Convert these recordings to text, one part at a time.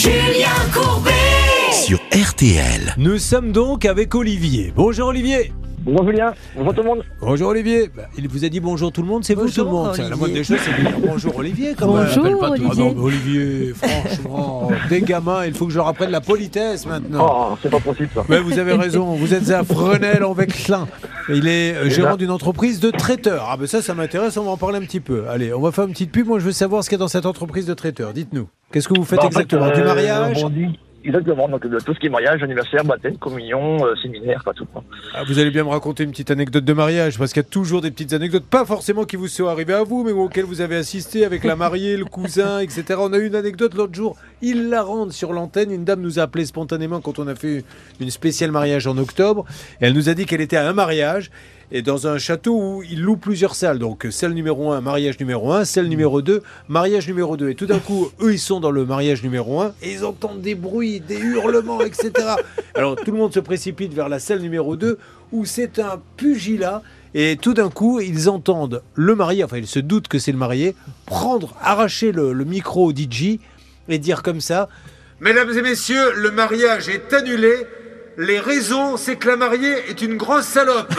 Julien Courbet sur RTL. Nous sommes donc avec Olivier. Bonjour Olivier. Bonjour Julien, bonjour tout le monde. Bonjour Olivier. Il vous a dit bonjour tout le monde, c'est vous tout le monde. C'est la moindre des choses, c'est de dire bonjour Olivier. Bonjour Olivier. Ah non, mais Olivier, franchement, des gamins, il faut que je leur apprenne la politesse maintenant. Oh, c'est pas possible ça. Mais vous avez raison, vous êtes à Fresnel en Vexin. Il est gérant d'une entreprise de traiteurs. Ah ben ça m'intéresse, on va en parler un petit peu. Allez, on va faire une petite pub. Moi je veux savoir ce qu'il y a dans cette entreprise de traiteurs. Dites-nous, qu'est-ce que vous faites exactement? Du mariage? Exactement, donc de tout ce qui est mariage, anniversaire, baptême, communion, séminaire, pas tout. Ah, vous allez bien me raconter une petite anecdote de mariage, parce qu'il y a toujours des petites anecdotes, pas forcément qui vous sont arrivées à vous, mais auxquelles vous avez assisté avec la mariée, le cousin, etc. On a eu une anecdote l'autre jour, hilarante sur l'antenne. Une dame nous a appelé spontanément quand on a fait une spéciale mariage en octobre, et elle nous a dit qu'elle était à un mariage, et dans un château où il loue plusieurs salles. Donc salle numéro 1, mariage numéro 1, salle numéro 2, mariage numéro 2. Et tout d'un coup, eux, ils sont dans le mariage numéro 1 et ils entendent des bruits, des hurlements, etc. Alors tout le monde se précipite vers la salle numéro 2 où c'est un pugilat. Et tout d'un coup, ils entendent le marié, enfin ils se doutent que c'est le marié, arracher le micro au DJ et dire comme ça: mesdames et messieurs, le mariage est annulé. Les raisons, c'est que la mariée est une grosse salope.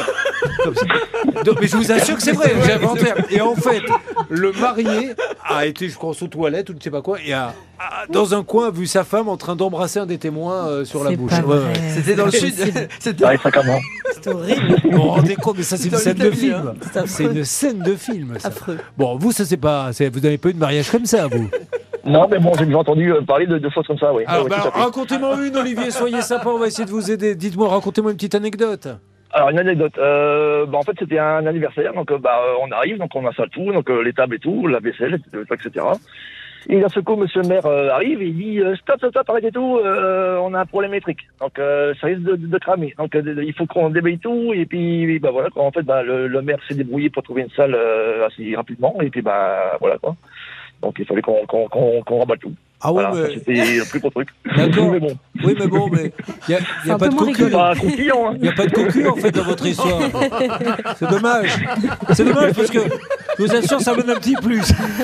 Donc, mais je vous assure que c'est vrai, j'ai inventé. Et en fait, le marié a été, je pense, aux toilettes ou je ne sais pas quoi, et dans un coin, vu sa femme en train d'embrasser un des témoins sur la bouche. Ouais. C'était dans le sud. C'est horrible. Vous vous rendez compte, mais ça c'est une scène de film. C'est C'est une scène de film. Ça. affreux. Bon, vous, ça c'est pas, vous n'avez pas eu de mariage comme ça, vous. Non, mais bon, j'ai déjà entendu parler de choses comme ça, oui. Alors, Oui, tout à fait. racontez-moi une, Olivier, soyez sympa, on va essayer de vous aider. Dites-moi, racontez-moi une petite anecdote. Alors, une anecdote. En fait, c'était un anniversaire, donc on arrive, donc on installe tout, donc les tables et tout, la vaisselle, etc. Et d'un seul coup, monsieur le maire arrive et il dit stop, arrêtez tout, on a un problème électrique. Donc ça risque de cramer. Donc il faut qu'on déblaye tout et puis voilà quoi. En fait, le maire s'est débrouillé pour trouver une salle assez rapidement et puis voilà quoi. Donc il fallait qu'on rabatte tout. Ah oui, voilà, mais... c'était le plus gros truc. D'accord. Mais bon. Oui, mais bon, mais il n'y a pas de cocu. C'est pas concluant, hein. Il n'y a pas de cocu en fait dans votre histoire. C'est dommage. C'est dommage parce que je vous assure, ça donne un petit plus.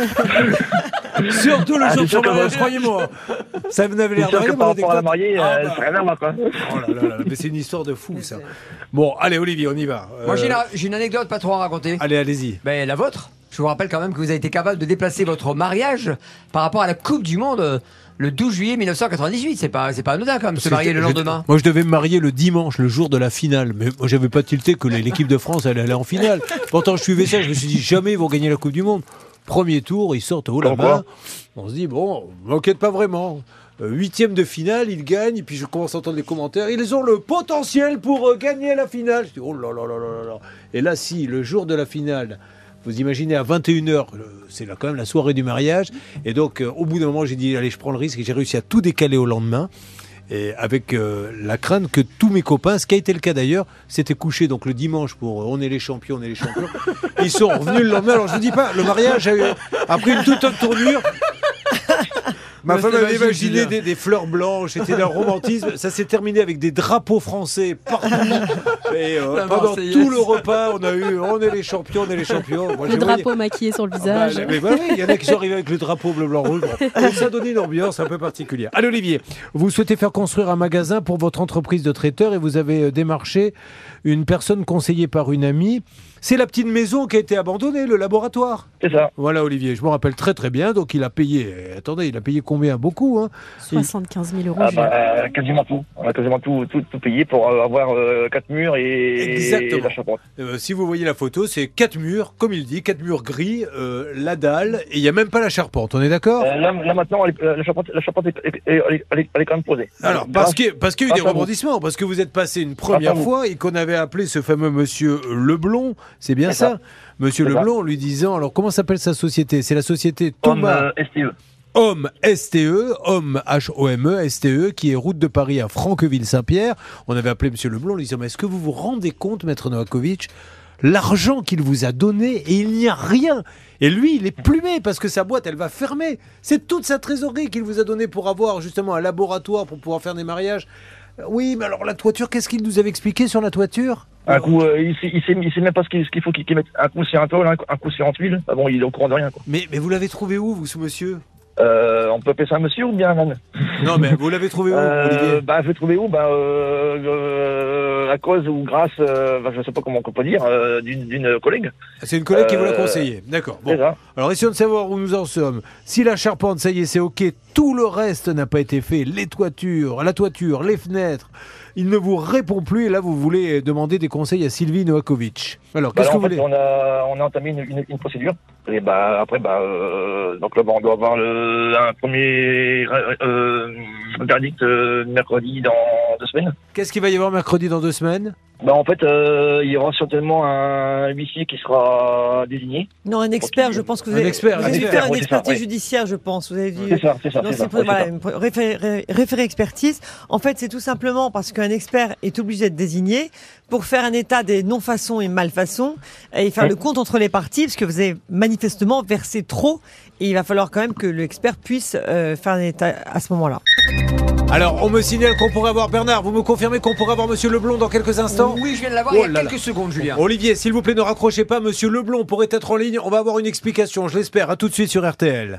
Surtout le jour de son mariage, croyez-moi. Ça vous avait l'air de C'est sûr que par rapport à la mariée, Ah, ça n'a rien à voir quoi. Oh là là, mais c'est une histoire de fou ça. Bon, allez Olivier, on y va. Moi j'ai une anecdote pas trop à raconter. Allez, allez-y. Ben la vôtre. Je vous rappelle quand même que vous avez été capable de déplacer votre mariage par rapport à la Coupe du Monde le 12 juillet 1998. C'est pas anodin quand même, se marier le lendemain. Moi je devais me marier le dimanche, le jour de la finale. Mais moi j'avais pas tilté que l'équipe de France allait aller en finale. Pourtant je suivais ça, je me suis dit jamais ils vont gagner la Coupe du Monde. Premier tour, ils sortent haut la main. On se dit bon, m'inquiète pas vraiment. 8e de finale, ils gagnent, et puis je commence à entendre les commentaires. Ils ont le potentiel pour gagner la finale. Je dis oh là là là là là. Et là, si, le jour de la finale, vous imaginez à 21h, c'est là quand même la soirée du mariage. Et donc, au bout d'un moment, j'ai dit allez, je prends le risque, et j'ai réussi à tout décaler au lendemain. Et avec la crainte que tous mes copains, ce qui a été le cas d'ailleurs, s'étaient couchés donc le dimanche pour on est les champions, Ils sont revenus le lendemain. Alors je vous dis pas, le mariage a pris une toute autre tournure. Ma femme avait imaginé des fleurs blanches, c'était d'un romantisme. Ça s'est terminé avec des drapeaux français partout. Et pendant tout le repas, on a eu on est les champions. Moi, Le drapeau maquillé sur le visage. Mais oui, il y en a qui sont arrivés avec le drapeau bleu, blanc, rouge. Et ça donnait une ambiance un peu particulière. Allez Olivier, vous souhaitez faire construire un magasin pour votre entreprise de traiteur et vous avez démarché une personne conseillée par une amie. C'est la petite maison qui a été abandonnée, le laboratoire. C'est ça. Voilà Olivier, je me rappelle très très bien. Donc il a payé, il a payé combien? Beaucoup, hein? 75 000 euros. Quasiment tout. On a quasiment tout payé pour avoir 4 murs et la charpente. Si vous voyez la photo, c'est 4 murs, comme il dit, 4 murs gris, la dalle, et il n'y a même pas la charpente, on est d'accord? Là maintenant, la charpente est quand même posée. Alors, parce qu'il y a eu des rebondissements, parce que vous êtes passé une première fois et qu'on avait appelé ce fameux monsieur Leblond, c'est bien ça? Monsieur Leblond, lui disant, alors comment s'appelle sa société? C'est la société Thomas STE. Homme STE, Homme H-O-M-E, STE, qui est route de Paris à Franqueville-Saint-Pierre. On avait appelé monsieur Leblond, lui disant, mais est-ce que vous vous rendez compte, maître Novakovic, l'argent qu'il vous a donné et il n'y a rien. Et lui, il est plumé parce que sa boîte, elle va fermer. C'est toute sa trésorerie qu'il vous a donnée pour avoir justement un laboratoire pour pouvoir faire des mariages. Oui, mais alors la toiture, qu'est-ce qu'il nous avait expliqué sur la toiture? Un coup, il sait même pas ce qu'il faut qu'il mette. Un coup c'est un tôle, un coup c'est en tuile. Bon, il est au courant de rien, quoi. Mais vous l'avez trouvé où, vous, ce monsieur? On peut appeler ça un monsieur ou bien un âne? Non, mais vous l'avez trouvé où, Olivier? Je l'ai trouvé où? À cause ou grâce, je ne sais pas comment on peut dire, d'une collègue. C'est une collègue qui vous l'a conseillé. D'accord. Bon. C'est ça. Alors, essayons de savoir où nous en sommes. Si la charpente, ça y est, c'est OK, tout le reste n'a pas été fait, les toitures, la toiture, les fenêtres, il ne vous répond plus et là, vous voulez demander des conseils à Sylvie Novakovic. Alors, qu'est-ce que vous voulez? On a entamé une procédure. Et après, donc là, on doit avoir un premier verdict mercredi dans 2 semaines. Qu'est-ce qu'il va y avoir mercredi dans 2 semaines? Il y aura certainement un huissier qui sera désigné. Non, un expert, je pense que vous Un avez, expert, vous un avez expert, fait une oui, c'est ça, expertise oui. judiciaire, je pense. Vous avez dit. C'est ça, c'est ça. Non, c'est ça, c'est oui, voilà, c'est ça. une référé expertise. En fait, c'est tout simplement parce qu'un expert est obligé d'être désigné pour faire un état des non-façons et malfaçons et faire Oui. le compte entre les parties, parce que vous avez manifestement versé trop et il va falloir quand même que l'expert puisse faire un état à ce moment-là. Alors, on me signale qu'on pourrait avoir Bernard. Vous me confirmez qu'on pourrait avoir Monsieur Leblond dans quelques instants? Oui, je viens de l'avoir Oh il y a là là. quelques secondes, Julien. Olivier, s'il vous plaît, ne raccrochez pas. Monsieur Leblond pourrait être en ligne. On va avoir une explication, je l'espère. À tout de suite sur RTL.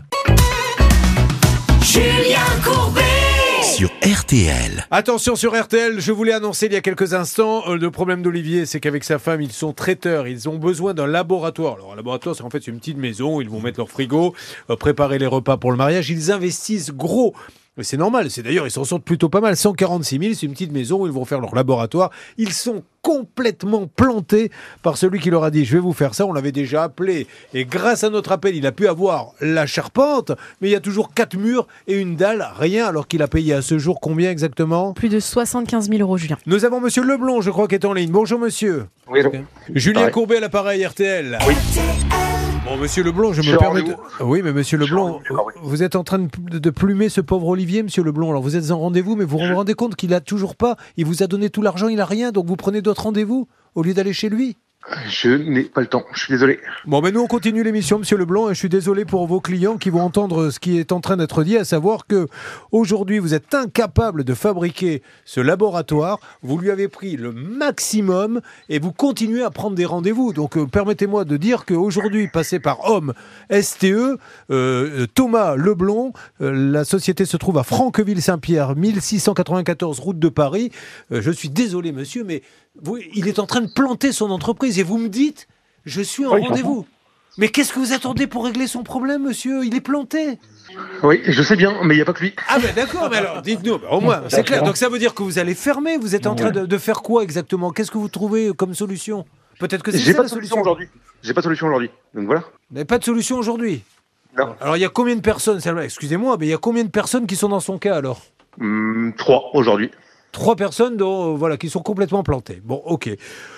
Julien Courbet sur RTL. Attention sur RTL, je vous l'ai annoncé il y a quelques instants, le problème d'Olivier, c'est qu'avec sa femme, ils sont traiteurs, ils ont besoin d'un laboratoire. Alors un laboratoire, c'est en fait une petite maison, ils vont mettre leur frigo, préparer les repas pour le mariage, ils investissent gros. Mais c'est normal, c'est d'ailleurs, ils s'en sortent plutôt pas mal. 146 000, c'est une petite maison où ils vont faire leur laboratoire. Ils sont complètement plantés par celui qui leur a dit « Je vais vous faire ça ». On l'avait déjà appelé. Et grâce à notre appel, il a pu avoir la charpente. Mais il y a toujours 4 murs et une dalle, rien, alors qu'il a payé à ce jour combien exactement? Plus de 75 000 euros, Julien. Nous avons Monsieur Leblond, je crois, qui est en ligne. Bonjour monsieur. Oui, allô. Julien Pareil. Courbet à l'appareil RTL. Oui. Bon, monsieur Leblond, je Je me suis permets en de... rendez-vous. Oui, mais monsieur Leblond, Ah oui. vous êtes en train de plumer ce pauvre Olivier, monsieur Leblond. Alors vous êtes en rendez-vous, mais vous vous rendez compte qu'il a toujours pas, il vous a donné tout l'argent, il a rien, donc vous prenez d'autres rendez-vous au lieu d'aller chez lui. Je n'ai pas le temps, je suis désolé. Bon, mais nous on continue l'émission, monsieur Leblond, et je suis désolé pour vos clients qui vont entendre ce qui est en train d'être dit, à savoir que aujourd'hui vous êtes incapable de fabriquer ce laboratoire, vous lui avez pris le maximum et vous continuez à prendre des rendez-vous. Donc permettez-moi de dire qu'aujourd'hui, passé par Homme STE, Thomas Leblond, la société se trouve à Franqueville-Saint-Pierre, 1694 route de Paris. Je suis désolé monsieur, mais il est en train de planter son entreprise et vous me dites, je suis en Oui, rendez-vous. Mais qu'est-ce que vous attendez pour régler son problème, monsieur? Il est planté. Oui, je sais bien, mais il n'y a pas que lui. Ah ben d'accord, mais alors dites-nous, au moins, c'est clair. Donc ça veut dire que vous allez fermer, vous êtes en train de faire quoi exactement? Qu'est-ce que vous trouvez comme solution? Peut-être que c'est J'ai ça pas la de solution solution. aujourd'hui. J'ai pas de solution aujourd'hui. Donc voilà. Mais pas de solution aujourd'hui. Non. Alors il y a combien de personnes, excusez-moi, mais il y a combien de personnes qui sont dans son cas alors? 3 aujourd'hui. 3 personnes dont, voilà, qui sont complètement plantées. Bon, ok.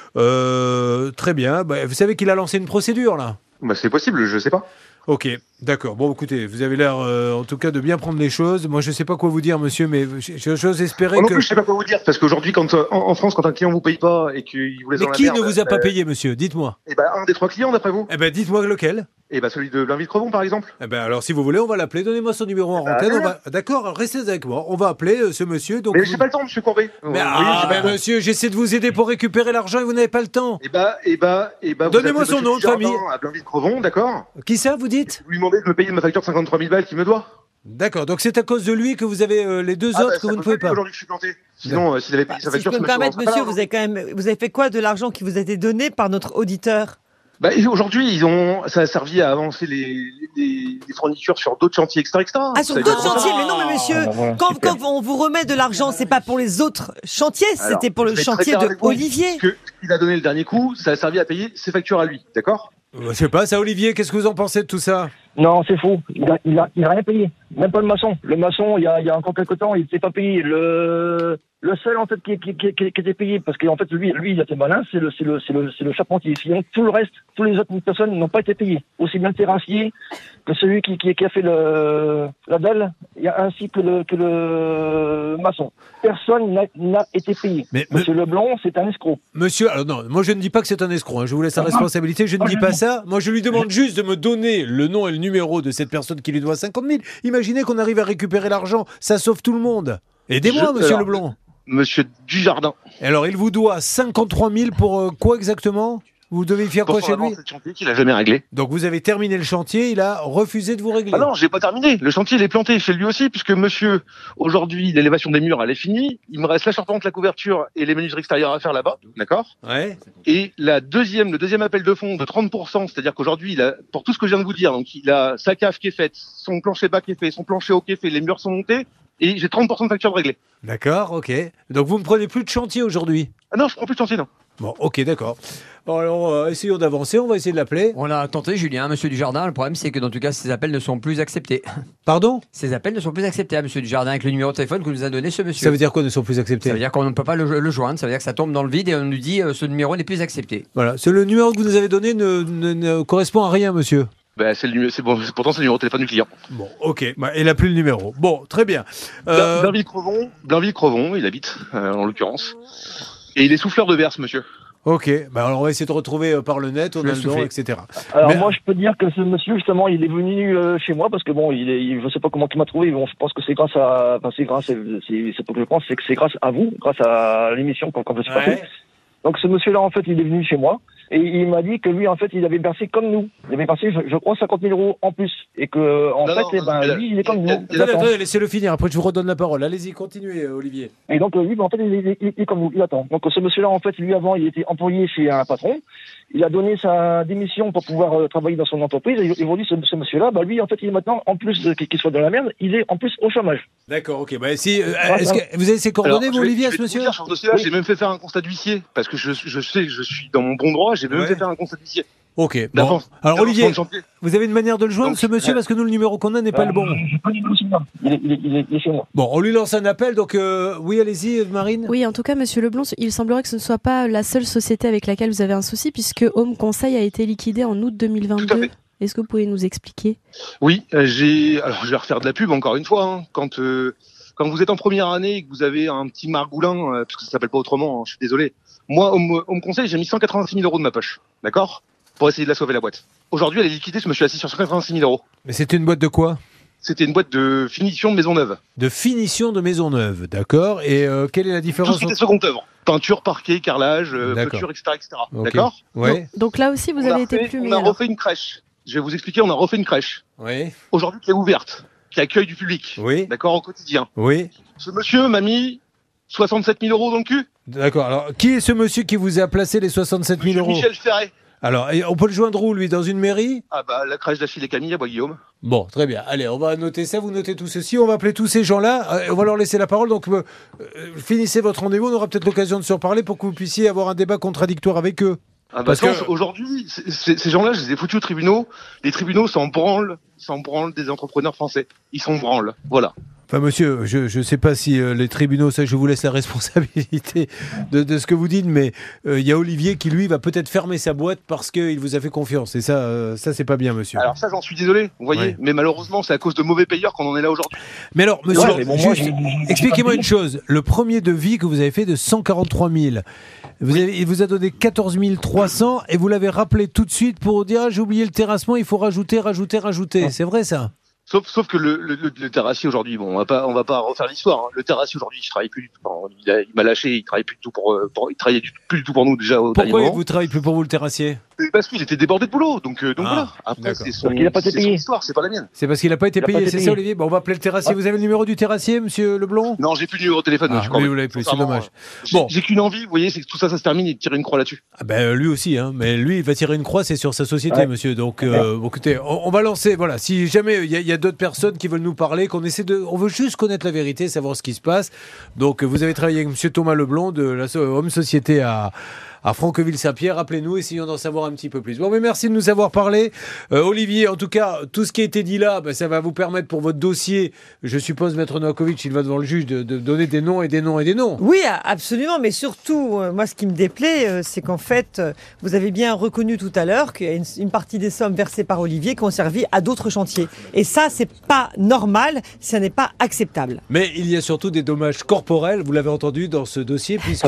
Très bien. Bah, vous savez qu'il a lancé une procédure là? Bah c'est possible, je sais pas. Ok, d'accord. Bon, écoutez, vous avez l'air, en tout cas, de bien prendre les choses. Moi, je ne sais pas quoi vous dire, monsieur, mais j'ose espérer Moi non que... plus, je sais pas quoi vous dire, parce qu'aujourd'hui, quand en France, quand un client vous paye pas et qu'il vous laisse Mais dans la qui merde, ne vous a pas payé, monsieur? Dites-moi. Eh ben, un des 3 clients, d'après vous. Eh ben, dites-moi lequel. Eh ben, celui de Blainville-Crevon, par exemple. Eh ben, alors, si vous voulez, on va l'appeler. Donnez-moi son numéro en antenne. On va... D'accord, alors, restez avec moi. On va appeler ce monsieur. Donc Mais vous- j'ai pas le temps, monsieur Courbet. Mais, Vous voyez, ah, j'ai pas le temps. monsieur, j'essaie de vous aider pour récupérer l'argent et vous n'avez pas le temps. Eh ben, vous Donnez-moi appelez son nom de Monsieur famille. Dujardin à Blainville-Crevon, d'accord. Qui ça, vous dites? Vous lui demandez de me payer de ma facture de 53 000 balles qu'il me doit. D'accord, donc c'est à cause de lui que vous avez les deux autres que vous ne pouvez pas. Aujourd'hui que je suis planté. Sinon, s'il avait payé sa Si je facture, peux me ce monsieur permettre, en serait monsieur, pas là, vous avez fait quoi de l'argent qui vous a été donné par notre auditeur? Bah, aujourd'hui, ça a servi à avancer les fournitures sur d'autres chantiers, etc., etc. Ah, sur Ça a d'autres été- chantiers, mais non, mais monsieur, Ah, voilà, quand super. on vous remet de l'argent, c'est pas pour les autres chantiers, Alors, c'était pour le je vais être très chantier clair de avec vous, Olivier. Que ce qu'il a donné le dernier coup, ça a servi à payer ses factures à lui, d'accord? Je sais pas, ça, Olivier, qu'est-ce que vous en pensez de tout ça? Non, c'est faux. Il a rien payé. Même pas le maçon. Le maçon, il y a encore quelques temps, il n'était pas payé. Le seul, en fait, qui était payé, parce qu'en fait, lui, il a été malin, c'est le charpentier. Sinon, tout le reste, tous les autres personnes n'ont pas été payées. Aussi bien le terrassier que celui qui a fait la dalle, ainsi que le maçon. Personne n'a été payé. Mais- Monsieur Leblond, c'est un escroc. Monsieur, alors non, moi je ne dis pas que c'est un escroc, hein, je vous laisse la responsabilité, je ne dis pas ça. Moi je lui demande juste de me donner le nom et le numéro de cette personne qui lui doit 50 000. Imaginez qu'on arrive à récupérer l'argent, ça sauve tout le monde. Aidez-moi, monsieur alors, Leblond. Monsieur Dujardin. Alors il vous doit 53 000 pour quoi exactement? Vous devez faire quoi chez lui? C'est le chantier qu'il a jamais réglé. Donc vous avez terminé le chantier, il a refusé de vous régler. Ah non, j'ai pas terminé. Le chantier, il est planté chez lui aussi, puisque monsieur, aujourd'hui, l'élévation des murs, elle est finie. Il me reste la charpente, la couverture et les menuiseries extérieures à faire là-bas. D'accord? Ouais. Et le deuxième appel de fonds de 30%, c'est-à-dire qu'aujourd'hui, pour tout ce que je viens de vous dire, donc il a sa cave qui est faite, son plancher bas qui est fait, son plancher haut qui est fait, les murs sont montés, et j'ai 30% de facture de réglée. D'accord, ok. Donc vous ne prenez plus de chantier aujourd'hui? Ah non, je prends plus de chantier, non. Bon, ok, d'accord. Bon, alors, essayons d'avancer, on va essayer de l'appeler. On a tenté, Julien, monsieur Dujardin. Le problème, c'est que dans tout cas, ces appels ne sont plus acceptés. Pardon? Ces appels ne sont plus acceptés à monsieur Dujardin avec le numéro de téléphone que nous a donné ce monsieur. Ça veut dire quoi, ne sont plus acceptés? Ça veut dire qu'on ne peut pas le joindre, ça veut dire que ça tombe dans le vide et on nous dit ce numéro n'est plus accepté. Voilà, c'est le numéro que vous nous avez donné ne correspond à rien, monsieur. Bah, pourtant, c'est le numéro de téléphone du client. Bon, ok, bah, il n'a plus le numéro. Bon, très bien. Blainville-Crevon, il habite, en l'occurrence. Et il est souffleur de verse, monsieur. Ok, bah alors on va essayer de retrouver par le net, on a le don, etc. Alors moi je peux dire que ce monsieur justement il est venu chez moi parce que bon je sais pas comment il m'a trouvé, bon je pense que c'est grâce à c'est pas que je pense, c'est que c'est grâce à vous, grâce à l'émission quand je suis passé. Donc ce monsieur là en fait il est venu chez moi et il m'a dit que lui en fait il avait versé comme nous, il avait versé je crois 50 000 € en plus et que lui il est comme nous. Attendez, laissez-le finir, après je vous redonne la parole. Allez-y, continuez Olivier. Et donc lui en fait il est comme nous, il attend. Donc ce monsieur là en fait lui avant il était employé chez un patron, il a donné sa démission pour pouvoir travailler dans son entreprise et aujourd'hui ce monsieur là lui en fait il est maintenant en plus qu'il soit dans la merde, il est en plus au chômage. D'accord, ok. Bah si est-ce que vous avez ses coordonnées vous Olivier, ce monsieur? Sur ce dossier-là, j'ai même fait faire un constat d'huissier parce que je sais que je suis dans mon bon droit, j'ai même fait faire un constat d'huissier. Ok. Bon. Alors Olivier, vous avez une manière de le joindre, ce monsieur, parce que nous le numéro qu'on a n'est pas le bon. Il est chez moi. Bon, on lui lance un appel, donc oui, allez-y, Marine. Oui, en tout cas, monsieur Leblond, il semblerait que ce ne soit pas la seule société avec laquelle vous avez un souci, puisque Home Conseil a été liquidé en août 2022. Est-ce que vous pouvez nous expliquer? Oui, alors je vais refaire de la pub encore une fois. Hein. Quand vous êtes en première année et que vous avez un petit margoulin, parce que ça s'appelle pas autrement, hein, je suis désolé. Moi, Home Conseil, j'ai mis 186 000 € de ma poche, d'accord, pour essayer de la sauver la boîte. Aujourd'hui, elle est liquidée, je me suis assis sur 186 000 €. Mais c'était une boîte de quoi? C'était une boîte de finition de maison neuve. De finition de maison neuve, d'accord. Et quelle est la différence? Tout ce qui était seconde œuvre. Peinture, parquet, carrelage, peinture, etc. Okay. D'accord. Ouais. Donc là aussi, vous avez été plumé. On a refait une crèche. Je vais vous expliquer, on a refait une crèche. Oui. Aujourd'hui, qui est ouverte, qui accueille du public. Oui. D'accord, au quotidien. Oui. Ce monsieur m'a mis 67 000 € dans le cul. D'accord. Alors, qui est ce monsieur qui vous a placé les 67 000 €? Michel Ferret. Alors, on peut le joindre où, lui? Dans une mairie? Ah bah, la crèche d'Achille et Camille à Bois-Guillaume. Bon, très bien. Allez, on va noter ça, vous notez tout ceci. On va appeler tous ces gens-là. On va leur laisser la parole. Donc, finissez votre rendez-vous. On aura peut-être l'occasion de se reparler pour que vous puissiez avoir un débat contradictoire avec eux. Ah bah, aujourd'hui, ces gens-là, je les ai foutus aux tribunaux. Les tribunaux s'en branlent des entrepreneurs français. Ils s'en branlent. Voilà. Enfin, monsieur, je ne sais pas si les tribunaux, ça, je vous laisse la responsabilité de ce que vous dites, mais il y a Olivier qui, lui, va peut-être fermer sa boîte parce qu'il vous a fait confiance. Et ça, c'est pas bien, monsieur. Alors ça, j'en suis désolé, vous voyez. Ouais. Mais malheureusement, c'est à cause de mauvais payeurs qu'on en est là aujourd'hui. Mais alors, monsieur, expliquez-moi une chose. Le premier devis que vous avez fait de 143 000, il vous a donné 14 300 et vous l'avez rappelé tout de suite pour dire j'ai oublié le terrassement, il faut rajouter. Non. C'est vrai, ça? Sauf que le terrassier aujourd'hui, bon, on va pas refaire l'histoire. Hein. Le terrassier aujourd'hui, je travaille plus du tout. Il m'a lâché, il travaille plus du tout il travaillait plus du tout pour nous déjà au dernier moment. Pourquoi vous travaillez plus pour vous, le terrassier? Parce qu'il était débordé de boulot, donc voilà. Après, c'est son histoire, c'est pas la mienne. C'est parce qu'il a pas été payé, c'est ça, Olivier? Bon, on va appeler le terrassier. Ouais. Vous avez le numéro du terrassier, monsieur Leblond? Non, j'ai plus le numéro de téléphone. Oui, vous l'avez plus, c'est dommage. Bon, j'ai qu'une envie, vous voyez, c'est que tout ça se termine et de tirer une croix là-dessus. Ah ben lui aussi, hein. Mais lui, il va tirer une croix, c'est sur sa société, monsieur. Donc, écoutez, on va lancer. Voilà, si jamais il y a d'autres personnes qui veulent nous parler, on veut juste connaître la vérité, savoir ce qui se passe. Donc, vous avez travaillé avec monsieur Thomas Leblond de la Home Société à Franqueville-Saint-Pierre. Rappelez-nous, essayons d'en savoir un petit peu plus. Bon, mais merci de nous avoir parlé. Olivier, en tout cas, tout ce qui a été dit là, ça va vous permettre pour votre dossier, je suppose, Maître Novakovic, il va devant le juge, de donner des noms et des noms et des noms. Oui, absolument, mais surtout, moi, ce qui me déplaît, c'est qu'en fait, vous avez bien reconnu tout à l'heure qu'il y a une partie des sommes versées par Olivier qui ont servi à d'autres chantiers. Et ça, c'est pas normal, ça n'est pas acceptable. Mais il y a surtout des dommages corporels, vous l'avez entendu dans ce dossier, puisque...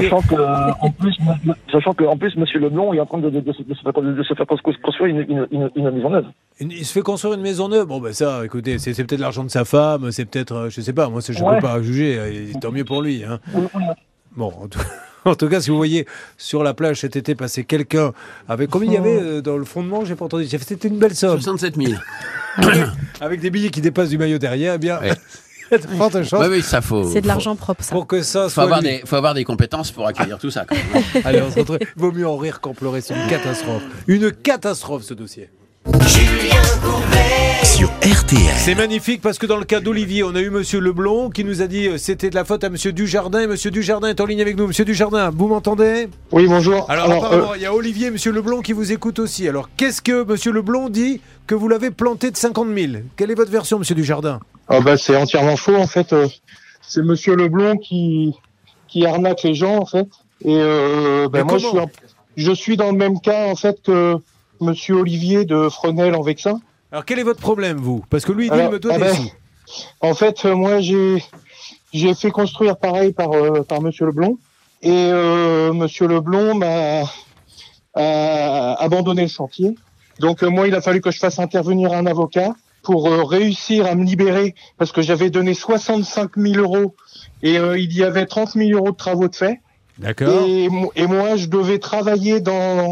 Sachant qu'en plus, M. Leblond est en train de se faire construire une maison neuve. Il se fait construire une maison neuve. Bon, ça, écoutez, c'est peut-être l'argent de sa femme, c'est peut-être, je sais pas, moi, je ne peux pas juger, tant mieux pour lui. Hein. Bon, En tout cas, si vous voyez sur la plage cet été passer quelqu'un avec combien il y avait dans le fondement, j'ai pas entendu. C'était une belle somme. 67 000. Avec des billets qui dépassent du maillot derrière, eh bien, il y a de fortes chances. Oui, ça faut. C'est de l'argent propre, ça. Pour que ça Faut avoir des compétences pour accueillir tout ça. Quand même. Allez, on se retrouve. Vaut mieux en rire qu'en pleurer. C'est une catastrophe. Une catastrophe, ce dossier. Julien Courbet sur RTL. C'est magnifique parce que dans le cas d'Olivier, on a eu Monsieur Leblond qui nous a dit c'était de la faute à Monsieur Dujardin. Et Monsieur Dujardin est en ligne avec nous. Monsieur Dujardin, vous m'entendez ? Oui, bonjour. Alors apparemment, il y a Olivier et Monsieur Leblond qui vous écoutent aussi. Alors, qu'est-ce que Monsieur Leblond dit que vous l'avez planté de 50 000 ? Quelle est votre version, Monsieur Dujardin ? C'est entièrement faux, en fait. C'est Monsieur Leblond qui arnaque les gens, en fait. Et moi, je suis dans le même cas, en fait, que Monsieur Olivier de Fresnel en Vexin. Alors, quel est votre problème, vous ? Parce que lui, il dit il me donne des sous. En fait, moi, j'ai fait construire pareil par Monsieur Leblond. Et Monsieur Leblond m'a abandonné le chantier. Donc, moi, il a fallu que je fasse intervenir un avocat pour réussir à me libérer, parce que j'avais donné 65 000 euros et il y avait 30 000 euros de travaux de fait. D'accord. Et moi, je devais travailler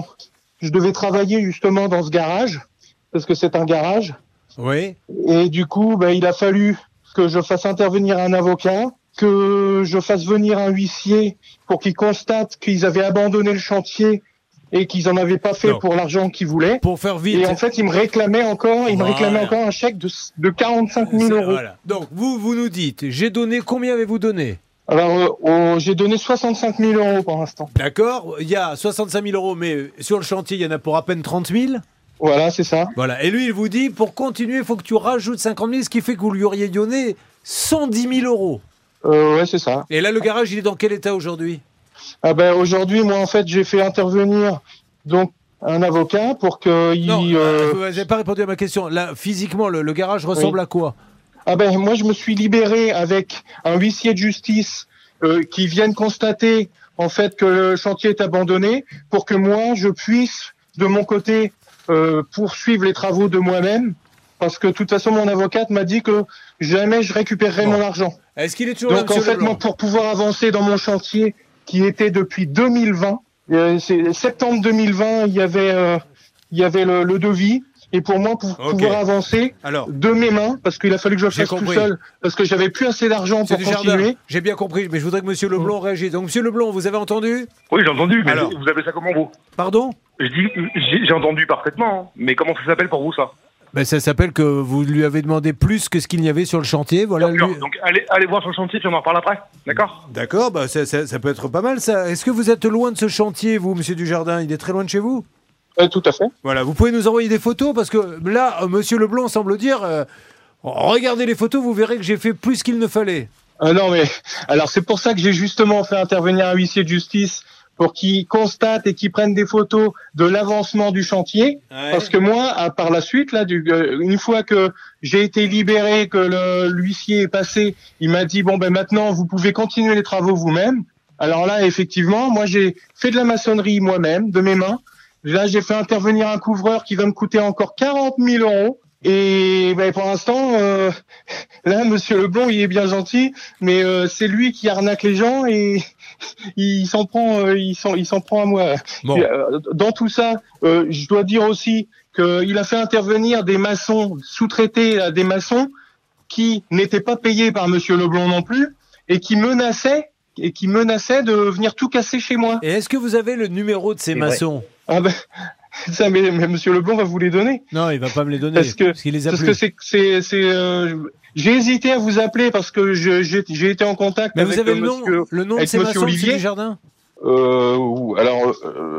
justement dans ce garage, parce que c'est un garage. Oui. Et du coup, il a fallu que je fasse intervenir un avocat, que je fasse venir un huissier pour qu'il constate qu'ils avaient abandonné le chantier et qu'ils en avaient pas fait pour l'argent qu'ils voulaient. Pour faire vite. Et en fait, il me réclamait encore un chèque de 45 000 euros. Voilà. Donc, vous nous dites, j'ai donné, combien avez-vous donné ? Alors, j'ai donné 65 000 euros pour l'instant. D'accord. Il y a 65 000 euros, mais sur le chantier, il y en a pour à peine 30 000. Voilà, c'est ça. Voilà. Et lui, il vous dit, pour continuer, il faut que tu rajoutes 50 000, ce qui fait que vous lui auriez donné 110 000 euros. Ouais, c'est ça. Et là, le garage, il est dans quel état aujourd'hui ? Aujourd'hui, moi, en fait, j'ai fait intervenir donc un avocat pour qu'il... Non, vous n'avez pas répondu à ma question. Là, physiquement, le garage ressemble à quoi ? Moi, je me suis libéré avec un huissier de justice qui vienne constater, en fait, que le chantier est abandonné pour que moi, je puisse, de mon côté, poursuivre les travaux de moi-même. Parce que, de toute façon, mon avocate m'a dit que jamais je récupérerai mon argent. Est-ce qu'il est toujours là, donc, en fait, moi, pour pouvoir avancer dans mon chantier, qui était depuis 2020, c'est septembre 2020, il y avait le devis. Et pour moi, pour pouvoir avancer de mes mains, parce qu'il a fallu que je le fasse tout seul, parce que j'avais plus assez d'argent pour continuer. J'ai bien compris, mais je voudrais que Monsieur Leblond réagisse. Donc, Monsieur Leblond, vous avez entendu ? Oui, j'ai entendu, mais vous avez ça comment, vous ? Pardon ? J'ai entendu parfaitement, mais comment ça s'appelle pour vous, ça ? Ça s'appelle que vous lui avez demandé plus que ce qu'il y avait sur le chantier. Voilà. Donc, allez voir sur le chantier, puis on en reparle après. D'accord ? D'accord, ça peut être pas mal, ça. Est-ce que vous êtes loin de ce chantier, vous, Monsieur Dujardin ? Il est très loin de chez vous ? Tout à fait. Voilà, vous pouvez nous envoyer des photos parce que là, Monsieur Leblond semble dire regardez les photos, vous verrez que j'ai fait plus qu'il ne fallait. Non, mais alors c'est pour ça que j'ai justement fait intervenir un huissier de justice pour qu'il constate et qu'il prenne des photos de l'avancement du chantier. Ouais. Parce que moi, par la suite, là, une fois que j'ai été libéré, que l'huissier est passé, il m'a dit maintenant vous pouvez continuer les travaux vous-même. Alors là, effectivement, moi j'ai fait de la maçonnerie moi-même, de mes mains. Là, j'ai fait intervenir un couvreur qui va me coûter encore 40 000 euros. Et pour l'instant, là, Monsieur Leblond, il est bien gentil, mais c'est lui qui arnaque les gens et il s'en prend à moi. Bon. Dans tout ça, je dois dire aussi qu'il a fait intervenir des maçons, sous-traités à des maçons qui n'étaient pas payés par Monsieur Leblond non plus et qui menaçaient de venir tout casser chez moi. Et est-ce que vous avez le numéro de ces maçons ? Ça, mais Monsieur Leblond va vous les donner. Non, il va pas me les donner parce qu'il les a plus. Parce que j'ai hésité à vous appeler parce que j'ai été en contact mais avec vous avez le nom de ces maçons, Monsieur Dujardin ? Là,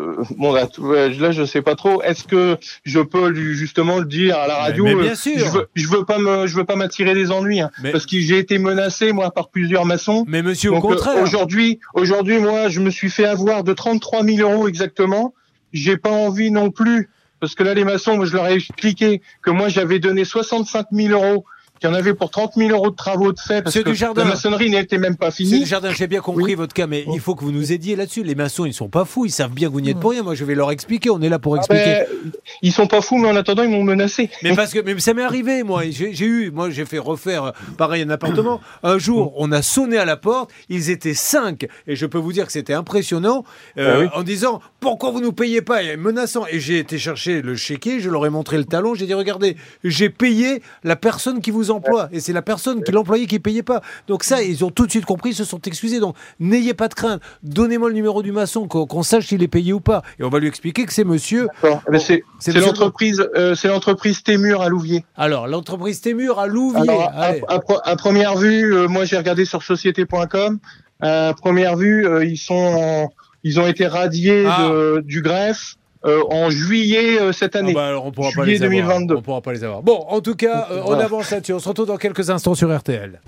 je sais pas trop. Est-ce que je peux justement le dire à la radio ? Mais bien sûr. Je veux pas m'attirer des ennuis, parce que j'ai été menacé moi par plusieurs maçons. Mais monsieur, au contraire. Aujourd'hui, moi, je me suis fait avoir de 33 000 euros exactement. J'ai pas envie non plus, parce que là, les maçons, moi, je leur ai expliqué que moi, j'avais donné 65 000 euros qu'il y en avait pour 30 000 € de travaux de fait, parce C'est que du jardin. la maçonnerie n'était même pas C'est finie. du jardin, j'ai bien compris votre cas, mais il faut que vous nous aidiez là-dessus. Les maçons, ils sont pas fous, ils savent bien que vous n'y êtes pour rien. Moi, je vais leur expliquer, on est là pour expliquer. Ils sont pas fous, mais en attendant, ils m'ont menacé. Mais parce que mais ça m'est arrivé, moi. J'ai fait refaire pareil un appartement. Un jour, on a sonné à la porte. Ils étaient 5 et je peux vous dire que c'était impressionnant en disant pourquoi vous nous payez pas, et menaçant. Et j'ai été chercher le chéquier, je leur ai montré le talon. J'ai dit regardez, j'ai payé la personne qui vous emploie et c'est la personne qui l'employait qui payait pas. Donc ça, ils ont tout de suite compris, ils se sont excusés. Donc n'ayez pas de crainte. Donnez-moi le numéro du maçon, qu'on sache s'il est payé ou pas. Et on va lui expliquer que c'est monsieur. C'est l'entreprise Témur à Louviers. Alors, l'entreprise Témur à Louviers. Alors, à première vue, moi j'ai regardé sur société.com. À première vue, ils ont été radiés du greffe en juillet cette année. Alors on pourra juillet pas les 2022. avoir. On pourra pas les avoir. Bon, en tout cas, on avance là-dessus. On se retrouve dans quelques instants sur RTL.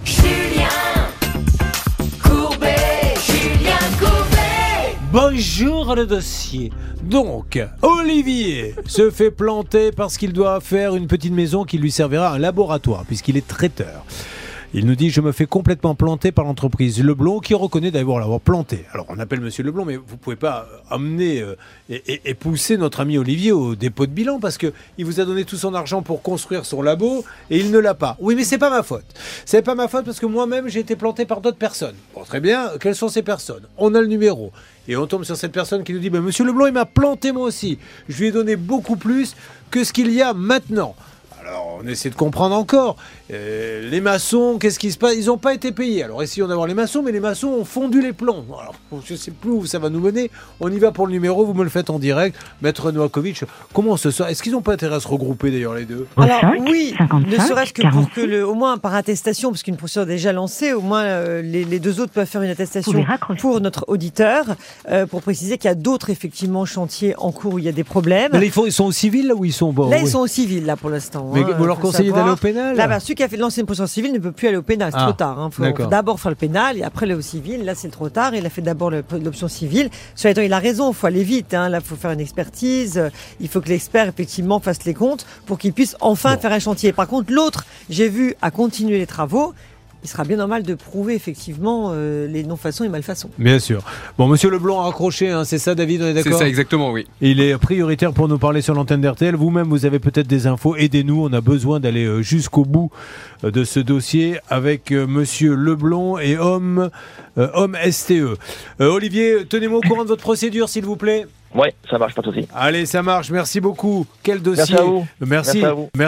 Bonjour le dossier. Donc, Olivier se fait planter parce qu'il doit faire une petite maison qui lui servira un laboratoire, puisqu'il est traiteur. Il nous dit, je me fais complètement planter par l'entreprise Leblond, qui reconnaît d'avoir l'avoir planté. Alors, on appelle monsieur Leblond, mais vous pouvez pas amener et pousser notre ami Olivier au dépôt de bilan, parce que il vous a donné tout son argent pour construire son labo, et il ne l'a pas. Oui, mais c'est pas ma faute. C'est pas ma faute, parce que moi-même, j'ai été planté par d'autres personnes. Bon, très bien. Quelles sont ces personnes? On a le numéro. Et on tombe sur cette personne qui nous dit, monsieur Leblond, il m'a planté moi aussi. Je lui ai donné beaucoup plus que ce qu'il y a maintenant. Alors, on essaie de comprendre encore. Les maçons, qu'est-ce qui se passe? Ils n'ont pas été payés. Alors, essayons d'avoir les maçons, mais les maçons ont fondu les plombs. Alors, je ne sais plus où ça va nous mener. On y va pour le numéro, vous me le faites en direct. Maître Novakovic, comment ce soir? Est-ce qu'ils n'ont pas intérêt à se regrouper d'ailleurs les deux? Alors, oui, 55, ne serait-ce que pour que, au moins par attestation, parce qu'une procédure est déjà lancée, au moins les deux autres peuvent faire une attestation pour notre auditeur, pour préciser qu'il y a d'autres, effectivement, chantiers en cours où il y a des problèmes. Mais là, ils sont au civil, là, où ils sont? Là, ils sont au civil, là, pour l'instant. Mais vous leur conseillez d'aller au pénal? Là, celui qui a fait lancer une procédure civile ne peut plus aller au pénal, c'est trop tard. Il faut d'abord faire le pénal et après aller au civil. Là, c'est trop tard. Il a fait d'abord l'option civile. Cela étant, il a raison, il faut aller vite. Là, il faut faire une expertise. Il faut que l'expert, effectivement, fasse les comptes pour qu'il puisse enfin faire un chantier. Par contre, l'autre, j'ai vu, a continué les travaux. Il sera bien normal de prouver effectivement les non-façons et malfaçons. Bien sûr. Bon, monsieur Leblond a raccroché, c'est ça David, on est d'accord? C'est ça, exactement, oui. Il est prioritaire pour nous parler sur l'antenne d'RTL. Vous-même, vous avez peut-être des infos. Aidez-nous, on a besoin d'aller jusqu'au bout de ce dossier avec monsieur Leblond et Homme STE. Olivier, tenez-moi au courant de votre procédure, s'il vous plaît. Ouais, ça marche, pas de souci. Allez, ça marche, merci beaucoup. Quel dossier. Merci à vous. Merci à vous.